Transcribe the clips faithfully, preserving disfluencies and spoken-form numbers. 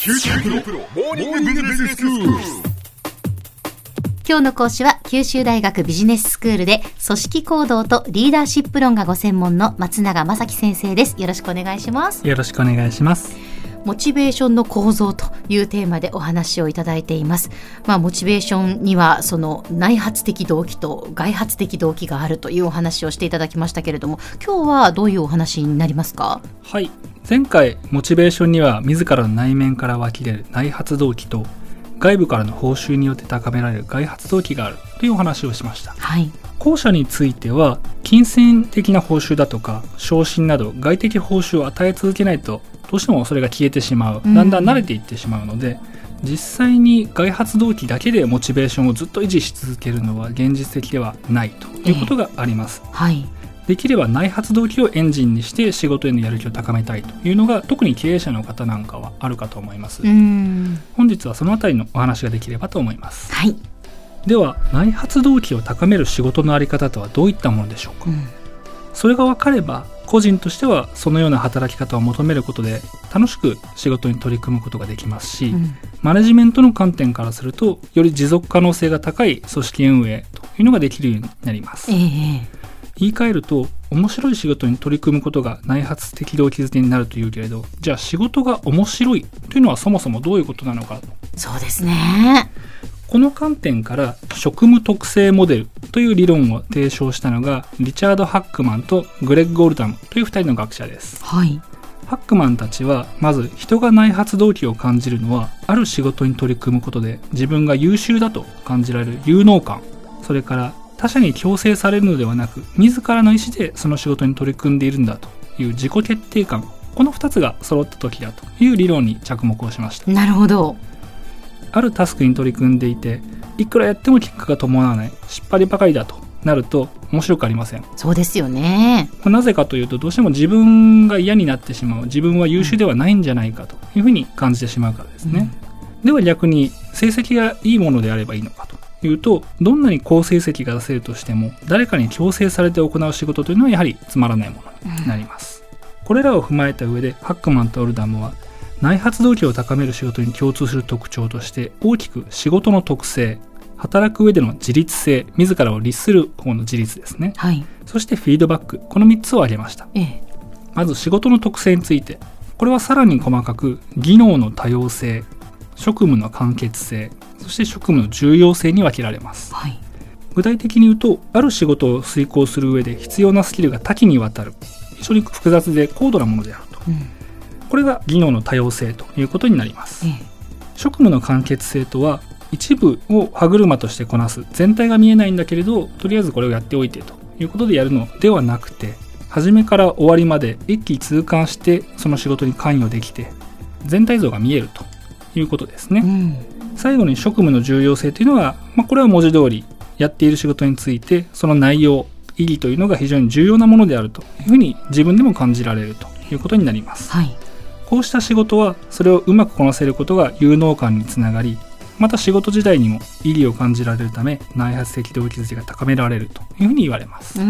九州大学モーニングビジネススクール。 今日の講師は九州大学ビジネススクールで組織行動とリーダーシップ論がご専門の松永正樹先生です。よろしくお願いします。 よろしくお願いします。 モチベーションの構造というテーマでお話をいただいています。まあ、モチベーションにはその内発的動機と外発的動機があるというお話をしていただきましたけれども、今日はどういうお話になりますか？ はい、前回モチベーションには自らの内面から湧き出る内発動機と外部からの報酬によって高められる外発動機があるというお話をしました。 はい、 後者については金銭的な報酬だとか昇進など外的報酬を与え続けないとどうしてもそれが消えてしまう、だんだん慣れていってしまうので、うん、実際に外発動機だけでモチベーションをずっと維持し続けるのは現実的ではないということがあります。 えーはい、できれば内発動機をエンジンにして仕事へのやる気を高めたいというのが特に経営者の方なんかはあるかと思います。 うん本日はそのあたりのお話ができればと思います。 はい、 では内発動機を高める仕事のあり方とはどういったものでしょうか。うん、それが分かれば個人としてはそのような働き方を求めることで楽しく仕事に取り組むことができますし、うん、マネジメントの観点からするとより持続可能性が高い組織運営というのができるようになります。 えー、 言い換えると面白い仕事に取り組むことが内発的動機づけになるというけれど、じゃあ仕事が面白いというのはそもそもどういうことなのか。 そうですね。 この観点から職務特性モデルという理論を提唱したのがリチャード・ハックマンとグレッグ・オルダムというふたりの学者です。 はい、 ハックマンたちはまず人が内発動機を感じるのはある仕事に取り組むことで自分が優秀だと感じられる有能感、それから他者に強制されるのではなく自らの意思でその仕事に取り組んでいるんだという自己決定感、このふたつが揃った時だという理論に着目をしました。 なるほど。 あるタスクに取り組んでいていくらやっても結果が伴わない失敗ばかりだとなると面白くありません。 そうですよね。 なぜかというとどうしても自分が嫌になってしまう、自分は優秀ではないんじゃないかというふうに感じてしまうからですね。うん、では逆に成績がいいものであればいいのかというと、どんなに好成績が出せるとしても誰かに強制されて行う仕事というのはやはりつまらないものになります。うん、これらを踏まえた上でハックマンとオルダムは内発動機を高める仕事に共通する特徴として大きく仕事の特性、働く上での自立性、自らを律する方の自立ですね。 はい、 そしてフィードバック、このみっつを挙げました。 ええ、 まず仕事の特性について、これはさらに細かく技能の多様性、職務の完結性、そして職務の重要性に分けられます。 はい、 具体的に言うと、ある仕事を遂行する上で必要なスキルが多岐にわたる、非常に複雑で高度なものであると。うん、これが技能の多様性ということになります。ええ、職務の完結性とは一部を歯車としてこなす、全体が見えないんだけれどとりあえずこれをやっておいてということでやるのではなくて、初めから終わりまで一気通貫してその仕事に関与できて全体像が見えるということですね。うん、最後に職務の重要性というのは、まあ、これは文字通りやっている仕事についてその内容、意義というのが非常に重要なものであるというふうに自分でも感じられるということになります。 はい、 こうした仕事はそれをうまくこなせることが有能感につながり、また仕事自体にも意義を感じられるため内発的動機づけが高められるというふうに言われます。 うん、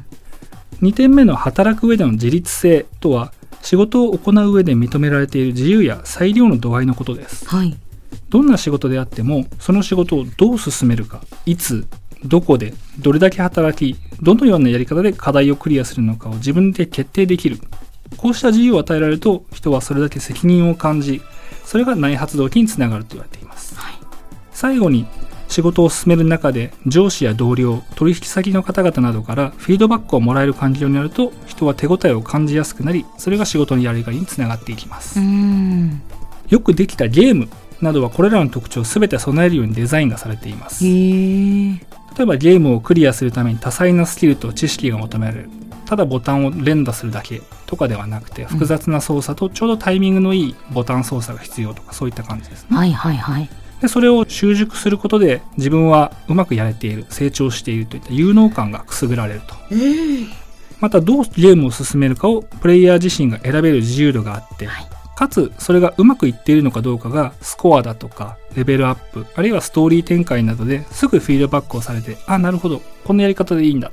にてんめの働く上での自立性とは仕事を行う上で認められている自由や裁量の度合いのことです。 はい、 どんな仕事であってもその仕事をどう進めるか、いつどこでどれだけ働き、どのようなやり方で課題をクリアするのかを自分で決定できる、こうした自由を与えられると人はそれだけ責任を感じ、それが内発動機につながると言われています。はい、最後に仕事を進める中で上司や同僚、取引先の方々などからフィードバックをもらえる環境になると人は手応えを感じやすくなり、それが仕事のやりがいにつながっていきます。 うーんよくできたゲームなどはこれらの特徴を全て備えるようにデザインがされています。 へー。 例えばゲームをクリアするために多彩なスキルと知識が求められる、ただボタンを連打するだけとかではなくて複雑な操作とちょうどタイミングのいいボタン操作が必要とか、そういった感じですね。 はいはいはい。 でそれを習熟することで自分はうまくやれている、成長しているといった有能感がくすぐられると。 えー、 またどうゲームを進めるかをプレイヤー自身が選べる自由度があって、はい、かつそれがうまくいっているのかどうかがスコアだとかレベルアップ、あるいはストーリー展開などですぐフィードバックをされて、あ、なるほど、このやり方でいいんだと、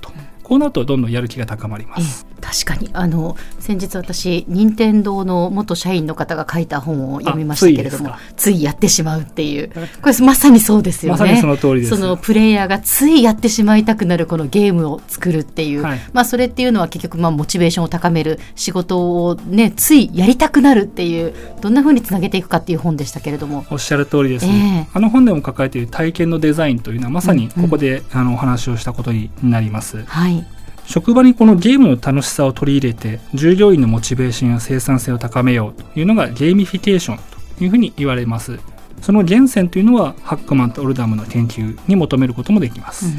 こうなるとどんどんやる気が高まります。 ええ、確かにあの先日私任天堂の元社員の方が書いた本を読みましたけれども、ついやってしまうっていう、これまさにそうですよね。 まさにその通りです。 そのプレイヤーがついやってしまいたくなるこのゲームを作るっていう、はい、まあ、それっていうのは結局まあモチベーションを高める、仕事をねついやりたくなるっていう、どんな風につなげていくかっていう本でしたけれども、 おっしゃる通りですね、えー、あの本でも書かれている体験のデザインというのはまさにここで、うんうん、あのお話をしたことになります。 はい、 職場にこのゲームの楽しさを取り入れて従業員のモチベーションや生産性を高めようというのがゲーミフィケーションというふうに言われます。その源泉というのはハックマンとオルダムの研究に求めることもできます。 うん、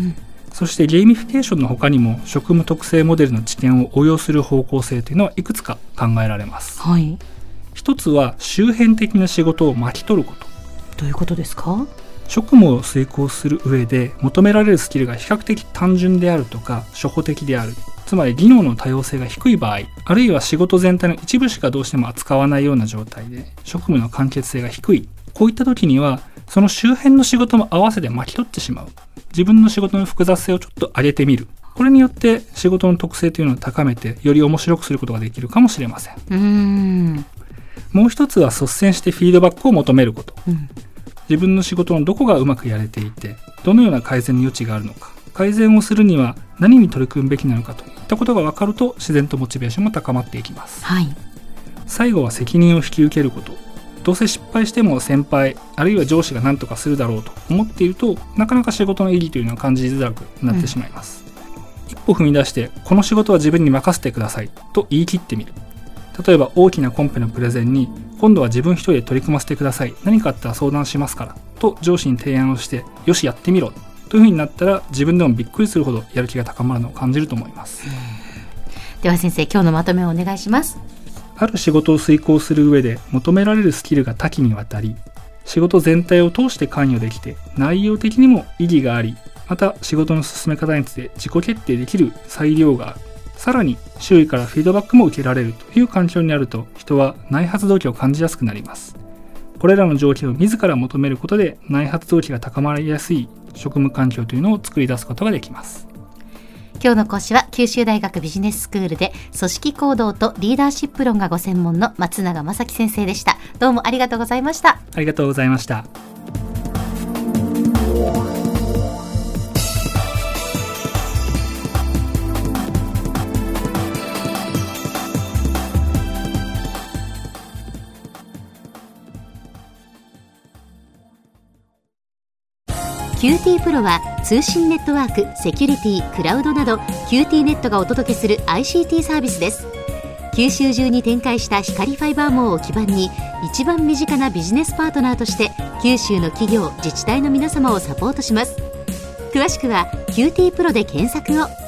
そしてゲーミフィケーションの他にも職務特性モデルの知見を応用する方向性というのはいくつか考えられます。 はい、 一つは周辺的な仕事を巻き取ること。 どういうことですか？ 職務を遂行する上で求められるスキルが比較的単純であるとか初歩的である、つまり技能の多様性が低い場合、あるいは仕事全体の一部しかどうしても扱わないような状態で職務の完結性が低い、こういった時にはその周辺の仕事も合わせて巻き取ってしまう、自分の仕事の複雑性をちょっと上げてみる、これによって仕事の特性というのを高めてより面白くすることができるかもしれません。 うーんもう一つは率先してフィードバックを求めること、うん、自分の仕事のどこがうまくやれていてどのような改善の余地があるのか、改善をするには何に取り組むべきなのかといったことが分かると自然とモチベーションも高まっていきます。 はい、 最後は責任を引き受けること。どうせ失敗しても先輩あるいは上司が何とかするだろうと思っていると、なかなか仕事の意義というのは感じづらくなってしまいます。うん、一歩踏み出してこの仕事は自分に任せてくださいと言い切ってみる。例えば大きなコンペのプレゼンに今度は自分一人で取り組ませてください、何かあったら相談しますからと上司に提案をして、よしやってみろという風になったら自分でもびっくりするほどやる気が高まるのを感じると思います。 では先生、今日のまとめをお願いします。 ある仕事を遂行する上で求められるスキルが多岐にわたり、仕事全体を通して関与できて内容的にも意義があり、また仕事の進め方について自己決定できる裁量がある、さらに周囲からフィードバックも受けられるという環境にあると、人は内発動機を感じやすくなります。これらの条件を自ら求めることで内発動機が高まりやすい職務環境というのを作り出すことができます。 今日の講師は九州大学ビジネススクールで組織行動とリーダーシップ論がご専門の松永正樹先生でした。どうもありがとうございました。 ありがとうございました。 キューティー プロは通信ネットワーク、セキュリティ、クラウドなど キューティー ネットがお届けする アイシーティー サービスです。九州中に展開した光ファイバー網を基盤に一番身近なビジネスパートナーとして九州の企業、自治体の皆様をサポートします。詳しくは キューティー プロで検索を。